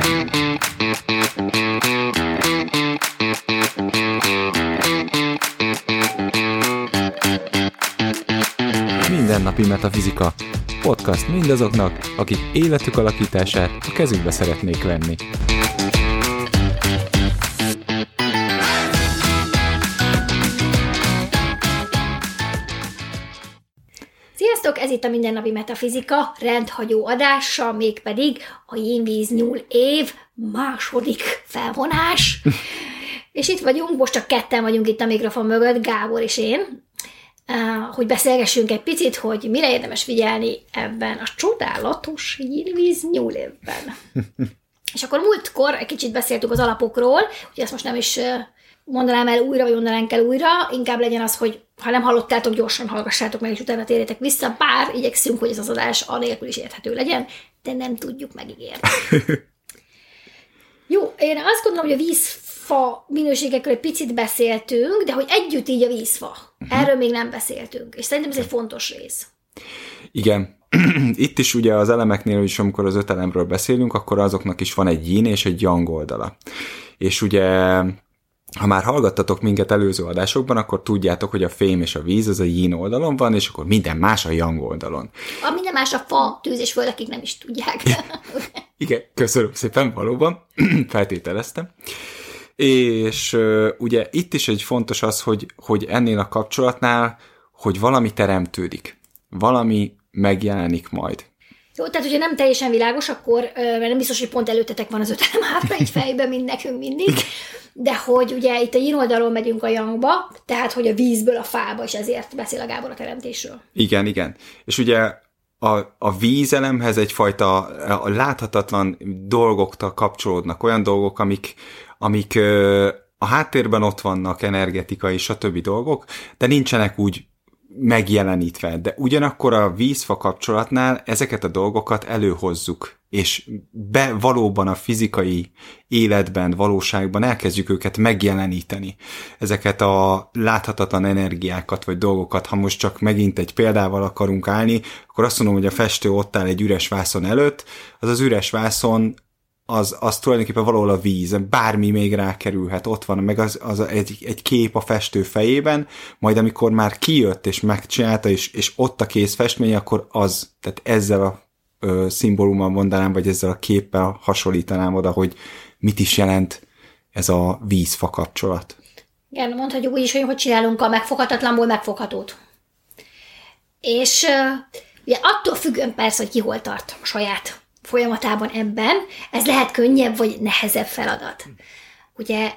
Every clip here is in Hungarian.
Mindennapi Metafizika podcast mindazoknak, akik életük alakítását a kezükbe szeretnék venni. Sziasztok! Ez itt a Mindennapi Metafizika rendhagyó adása, mégpedig a Yin-Víz Nyúl év második felvonás. És itt vagyunk, most csak ketten vagyunk itt a mikrofon mögött, Gábor és én, hogy beszélgessünk egy picit, hogy mire érdemes figyelni ebben a csodálatos Yin-Víz Nyúl évben. És akkor múltkor egy kicsit beszéltünk az alapokról, hogy ezt most nem is mondanám el újra, vagy mondanánk el újra, inkább legyen az, hogy ha nem hallottátok, gyorsan hallgassátok meg, és utána térjetek vissza, bár igyekszünk, hogy ez az adás anélkül is érthető legyen, de nem tudjuk megígérni. Jó, én azt gondolom, hogy a vízfa minőségekről egy picit beszéltünk, de hogy együtt így a vízfa. Erről még nem beszéltünk, és szerintem ez egy fontos rész. Igen. Itt is ugye az elemeknél is, amikor az 5 elemről beszélünk, akkor azoknak is van egy yin és egy yang oldala. És ugye, ha már hallgattatok minket előző adásokban, akkor tudjátok, hogy a fém és a víz az a yin oldalon van, és akkor minden más a yang oldalon. A minden más a fa, tűz és föld, akik nem is tudják. Igen, köszönöm szépen, valóban, feltételeztem. És ugye itt is egy fontos az, hogy ennél a kapcsolatnál, hogy valami teremtődik, valami megjelenik majd. Jó, tehát hogyha nem teljesen világos, akkor, mert nem biztos, hogy pont előttetek van az 5 elem hátra, így fejben nekünk mindig, de hogy ugye itt a yin oldalon megyünk a yangba, tehát hogy a vízből a fába, és ezért beszél a Gábor a teremtésről. Igen, igen. És ugye a vízelemhez egyfajta a láthatatlan dolgoktól kapcsolódnak, olyan dolgok, amik a háttérben ott vannak, energetikai, stb. Dolgok, de nincsenek úgy megjelenítve, de ugyanakkor a vízfa kapcsolatnál ezeket a dolgokat előhozzuk, és valóban a fizikai életben, valóságban elkezdjük őket megjeleníteni. Ezeket a láthatatlan energiákat, vagy dolgokat, ha most csak megint egy példával akarunk állni, akkor azt mondom, hogy a festő ott áll egy üres vászon előtt, az üres vászon az tulajdonképpen valahol a víz, bármi még rákerülhet, ott van, meg az egy kép a festő fejében, majd amikor már kijött és megcsinálta, és ott a kész festmény, akkor tehát ezzel a szimbólummal mondanám, vagy ezzel a képpel hasonlítanám oda, hogy mit is jelent ez a víz-fa kapcsolat. Igen, mondhatjuk úgy is, hogy csinálunk a megfoghatatlanból megfoghatót. És ugye attól függően persze, hogy ki hol tart a saját folyamatában ebben, ez lehet könnyebb vagy nehezebb feladat. Ugye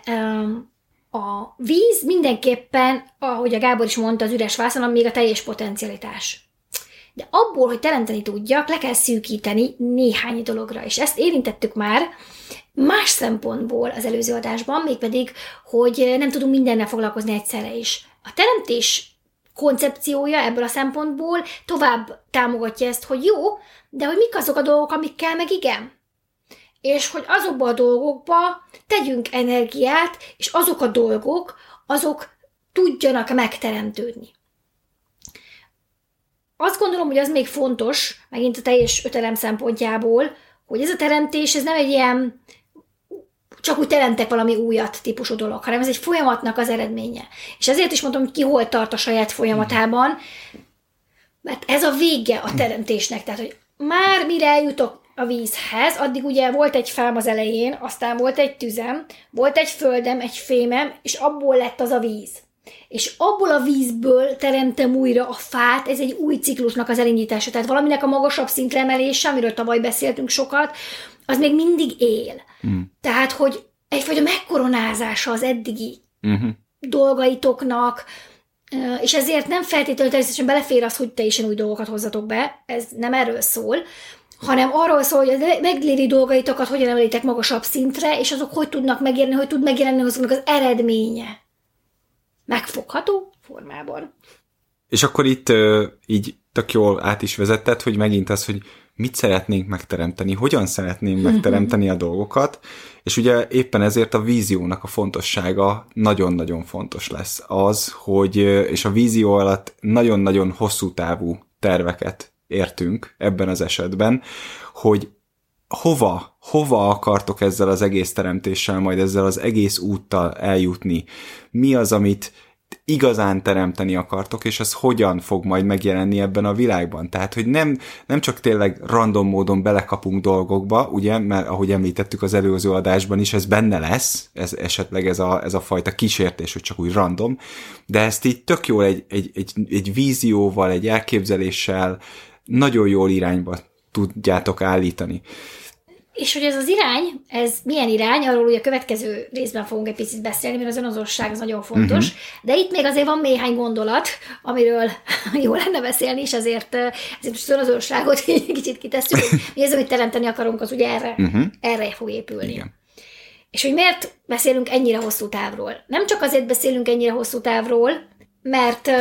a víz mindenképpen, ahogy a Gábor is mondta, az üres vászon, még a teljes potencialitás. De abból, hogy teremteni tudjak, le kell szűkíteni néhány dologra, és ezt érintettük már más szempontból az előző adásban, mégpedig, hogy nem tudunk mindennel foglalkozni egyszerre is. A teremtés koncepciója ebből a szempontból tovább támogatja ezt, hogy jó, de hogy mik azok a dolgok, amikkel meg igen. És hogy azokba a dolgokba tegyünk energiát, és azok a dolgok, azok tudjanak megteremtődni. Azt gondolom, hogy az még fontos, megint a teljes 5 elem szempontjából, hogy ez a teremtés, ez nem egy ilyen csak úgy teremtek valami újat típusú dolog, hanem ez egy folyamatnak az eredménye. És ezért is mondom, hogy ki hol tart a saját folyamatában, mert ez a vége a teremtésnek. Tehát, hogy már mire eljutok a vízhez, addig ugye volt egy fám az elején, aztán volt egy tüzem, volt egy földem, egy fémem, és abból lett az a víz. És abból a vízből teremtem újra a fát, ez egy új ciklusnak az elindítása. Tehát valaminek a magasabb szintre emelése, amiről tavaly beszéltünk sokat, az még mindig él. Tehát, hogy egyfajta megkoronázása az eddigi dolgaitoknak, és ezért nem feltétlenül természetesen belefér az, hogy teljesen új dolgokat hozzatok be, ez nem erről szól, hanem arról szól, hogy a meglévő dolgaitokat hogyan emelitek magasabb szintre, és azok hogy tudnak megjelenni, hogy tud megjelenni azoknak az eredménye. Megfogható formában. És akkor itt így tök jól át is vezetted, hogy megint az, hogy mit szeretnénk megteremteni, hogyan szeretnénk megteremteni a dolgokat, és ugye éppen ezért a víziónak a fontossága nagyon-nagyon fontos lesz az, hogy, és a vízió alatt nagyon-nagyon hosszú távú terveket értünk ebben az esetben, hogy hova akartok ezzel az egész teremtéssel, majd ezzel az egész úttal eljutni, mi az, amit igazán teremteni akartok, és az hogyan fog majd megjelenni ebben a világban. Tehát, hogy nem csak tényleg random módon belekapunk dolgokba, ugye, mert ahogy említettük az előző adásban is, ez benne lesz, esetleg ez a fajta kísértés, hogy csak úgy random, de ezt így tök jól egy vízióval, egy elképzeléssel nagyon jól irányba tudjátok állítani. És hogy ez az irány, ez milyen irány, arról ugye a következő részben fogunk egy picit beszélni, mert az önazosság az nagyon fontos, de itt még azért van néhány gondolat, amiről jó lenne beszélni, és ezért most az önazosságot kicsit kitesszük, hogy mi az, amit teremteni akarunk, az ugye erre fog épülni. Igen. És hogy miért beszélünk ennyire hosszú távról? Nem csak azért beszélünk ennyire hosszú távról, mert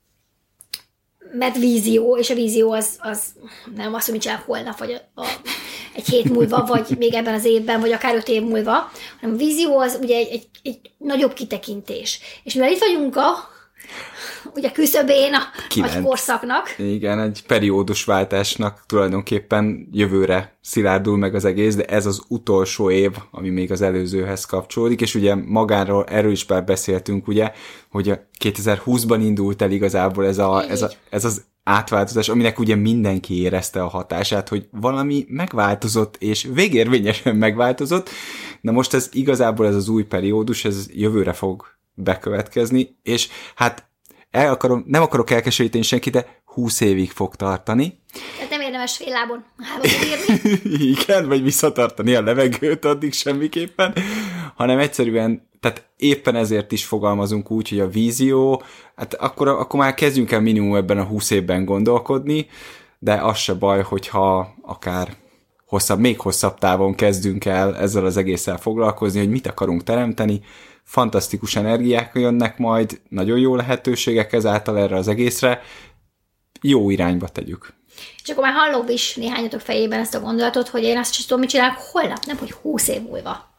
vízió, és a vízió az nem azt, hogy csinálunk holnap, vagy egy hét múlva, vagy még ebben az évben, vagy akár 5 év múlva, hanem a vízió az ugye egy nagyobb kitekintés. És mivel itt vagyunk ugye küszöbén a nagy korszaknak. Igen, egy periódusváltásnak tulajdonképpen jövőre szilárdul meg az egész, de ez az utolsó év, ami még az előzőhez kapcsolódik, és ugye magáról erről is már beszéltünk, ugye, hogy a 2020-ban indult el igazából ez az átváltozás, aminek ugye mindenki érezte a hatását, hogy valami megváltozott, és végérvényesen megváltozott. Na most ez igazából ez az új periódus, ez jövőre fog bekövetkezni, és hát nem akarok elkeseríteni senki, de 20 évig fog tartani. Tehát nem érdemes fél lábon írni. Igen, vagy visszatartani a levegőt addig semmiképpen, hanem egyszerűen, tehát éppen ezért is fogalmazunk úgy, hogy a vízió, hát akkor már kezdjünk el minimum ebben a 20 évben gondolkodni, de az se baj, hogyha akár még hosszabb távon kezdünk el ezzel az egésszel foglalkozni, hogy mit akarunk teremteni, fantasztikus energiák jönnek majd, nagyon jó lehetőségek ezáltal erre az egészre, jó irányba tegyük. És akkor már hallom is néhányatok fejében ezt a gondolatot, hogy én azt sem tudom, mit csinálok holnap, nem, hogy 20 év múlva.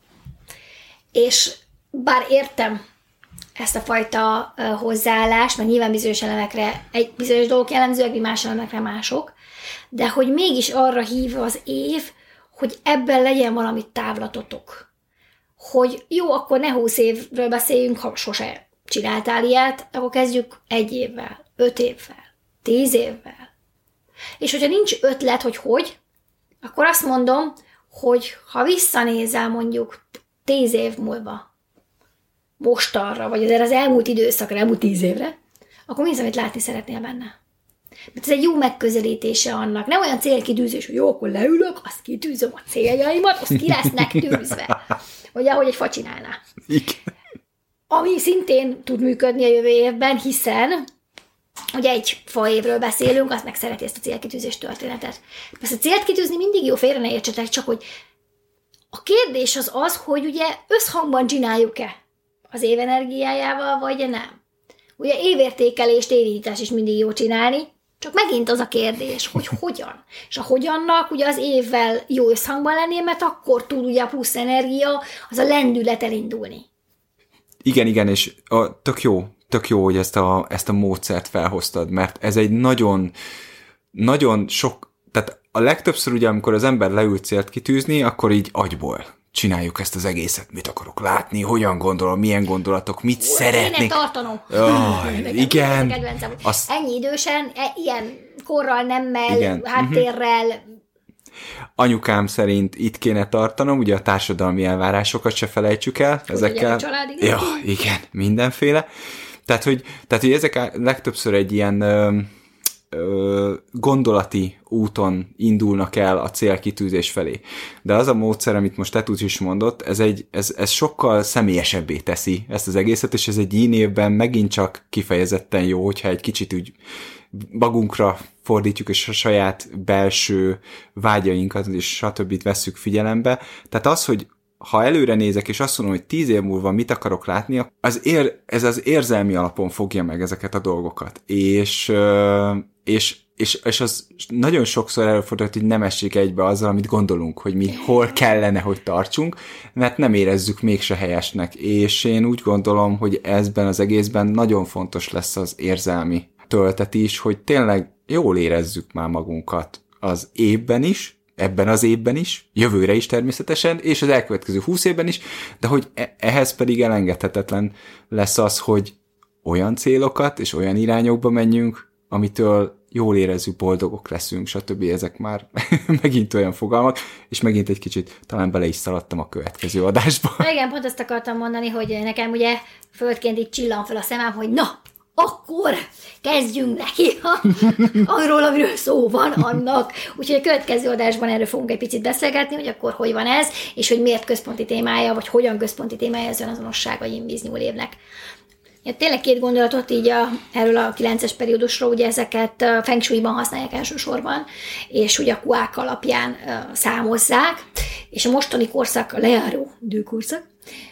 És bár értem ezt a fajta hozzáállást, mert nyilván bizonyos elemekre egy bizonyos dolgok jellemzőek, más elemekre mások, de hogy mégis arra hív az év, hogy ebben legyen valami távlatotok. Hogy jó, akkor ne 20 évről beszéljünk, ha sose csináltál ilyet, akkor kezdjük 1 évvel, 5 évvel, 10 évvel. És hogyha nincs ötlet, hogy, akkor azt mondom, hogy ha visszanézel mondjuk 10 év múlva, mostanra, vagy az elmúlt időszakra, elmúlt 10 évre, akkor mi az, amit látni szeretnél benne? Mert ez egy jó megközelítése annak. Nem olyan célkitűzés, hogy jó, akkor leülök, azt kitűzöm a céljaimat, azt ki lesznek tűzve. Vagy ahogy egy fa csinálná. Igen. Ami szintén tud működni a jövő évben, hiszen ugye egy fa évről beszélünk, azt meg szereti ezt a célkitűzés történetet. Persze a célt kitűzni mindig jó, félre ne értsetek, csak hogy a kérdés az, hogy ugye összhangban csináljuk-e az év energiájával, vagy nem. Ugye évértékelést, évítás is mindig jó csinálni, csak megint az a kérdés, hogy hogyan. És a hogyannak ugye az évvel jó összhangban lenni, mert akkor tud ugye a plusz energia, az a lendület elindulni. Igen, és tök jó, hogy ezt a módszert felhoztad, mert ez egy nagyon, nagyon sok, tehát a legtöbbször ugye, amikor az ember leül célt kitűzni, akkor így agyból csináljuk ezt az egészet, mit akarok látni, hogyan gondolom, milyen gondolatok, mit szeretnék. Kéne tartanom. Igen. Ennyi idősen, ilyen korral, nemmel, háttérrel. Anyukám szerint itt kéne tartanom, ugye a társadalmi elvárásokat se felejtsük el. Ezekkel. Család, igen. Ja, igen, mindenféle. Tehát, hogy ezek legtöbbször egy ilyen gondolati úton indulnak el a célkitűzés felé. De az a módszer, amit most Tetuc is mondott, ez sokkal személyesebbé teszi ezt az egészet, és ez egy ilyen évben megint csak kifejezetten jó, hogyha egy kicsit úgy magunkra fordítjuk, és a saját belső vágyainkat, és stb. Vesszük figyelembe. Tehát az, hogy ha előre nézek, és azt mondom, hogy 10 év múlva mit akarok látni, ez az érzelmi alapon fogja meg ezeket a dolgokat. És az nagyon sokszor előfordult, hogy nem esik egybe azzal, amit gondolunk, hogy mi hol kellene, hogy tartsunk, mert nem érezzük mégse helyesnek. És én úgy gondolom, hogy ezben az egészben nagyon fontos lesz az érzelmi töltet is, hogy tényleg jól érezzük már magunkat az évben is, ebben az évben is, jövőre is természetesen, és az elkövetkező 20 évben is, de hogy ehhez pedig elengedhetetlen lesz az, hogy olyan célokat és olyan irányokba menjünk, amitől jól érezzük, boldogok leszünk, stb. Ezek már megint olyan fogalmak, és megint egy kicsit talán bele is szaladtam a következő adásba. Igen, pont azt akartam mondani, hogy nekem ugye földként itt csillan fel a szemem, hogy na, akkor kezdjünk neki arról, amiről szó van annak. Úgyhogy a következő adásban erről fogunk egy picit beszélgetni, hogy akkor hogy van ez, és hogy miért központi témája, vagy hogyan központi témája az önazonosság a Yin Víz Nyúl évnek. Ja, tényleg 2 gondolatot így erről a 9-es periódusról, ugye ezeket Feng Shui-ban használják elsősorban, és ugye a kuák alapján számozzák, és a mostani korszak, a lejáró időkorszak,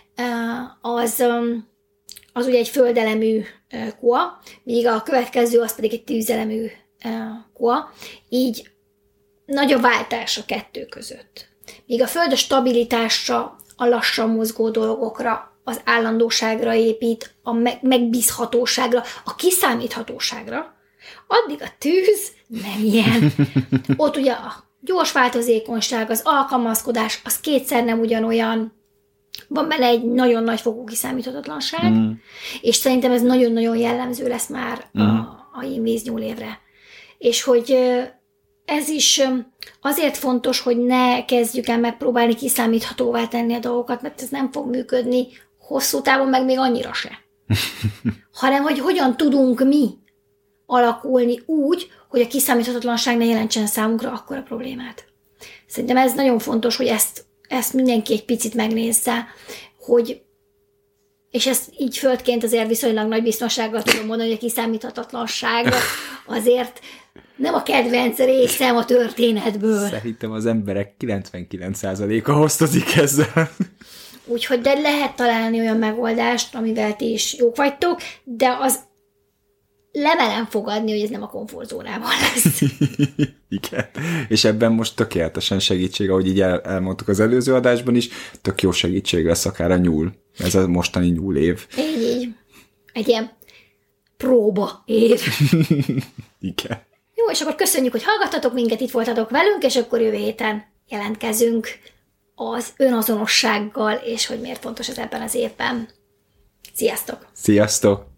az ugye egy földelemű kua, míg a következő az pedig egy tűzelemű kua, így nagy a váltás a 2 között. Míg a föld a stabilitásra, a lassan mozgó dolgokra, az állandóságra épít, a megbízhatóságra, a kiszámíthatóságra, addig a tűz nem ilyen. Ott ugye a gyors változékonyság, az alkalmazkodás, az kétszer nem ugyanolyan, van bele egy nagyon nagy fokú kiszámíthatatlanság, és szerintem ez nagyon-nagyon jellemző lesz már a Yin Víz Nyúl évre. És hogy ez is azért fontos, hogy ne kezdjük el megpróbálni kiszámíthatóvá tenni a dolgokat, mert ez nem fog működni hosszú távon, meg még annyira se. Hanem, hogy hogyan tudunk mi alakulni úgy, hogy a kiszámíthatatlanság ne jelentsen számunkra akkora problémát. Szerintem ez nagyon fontos, hogy ezt mindenki egy picit megnézze, hogy, és ezt így földként azért viszonylag nagy biztonsággal tudom mondani, hogy a kiszámíthatatlanság azért nem a kedvenc részem a történetből. Szerintem az emberek 99%-a osztozik ezzel. Úgyhogy de lehet találni olyan megoldást, amivel ti is jók vagytok, de az lemelem fogadni, hogy ez nem a komfortzónában lesz. Igen. És ebben most tökéletesen segítség, ahogy így elmondtuk az előző adásban is, tök jó segítség lesz akár a nyúl. Ez a mostani nyúl év. Így. Egy ilyen próba év. Igen. Jó, és akkor köszönjük, hogy hallgattatok minket, itt voltatok velünk, és akkor jövő héten jelentkezünk az önazonossággal, és hogy miért fontos ez ebben az évben. Sziasztok! Sziasztok!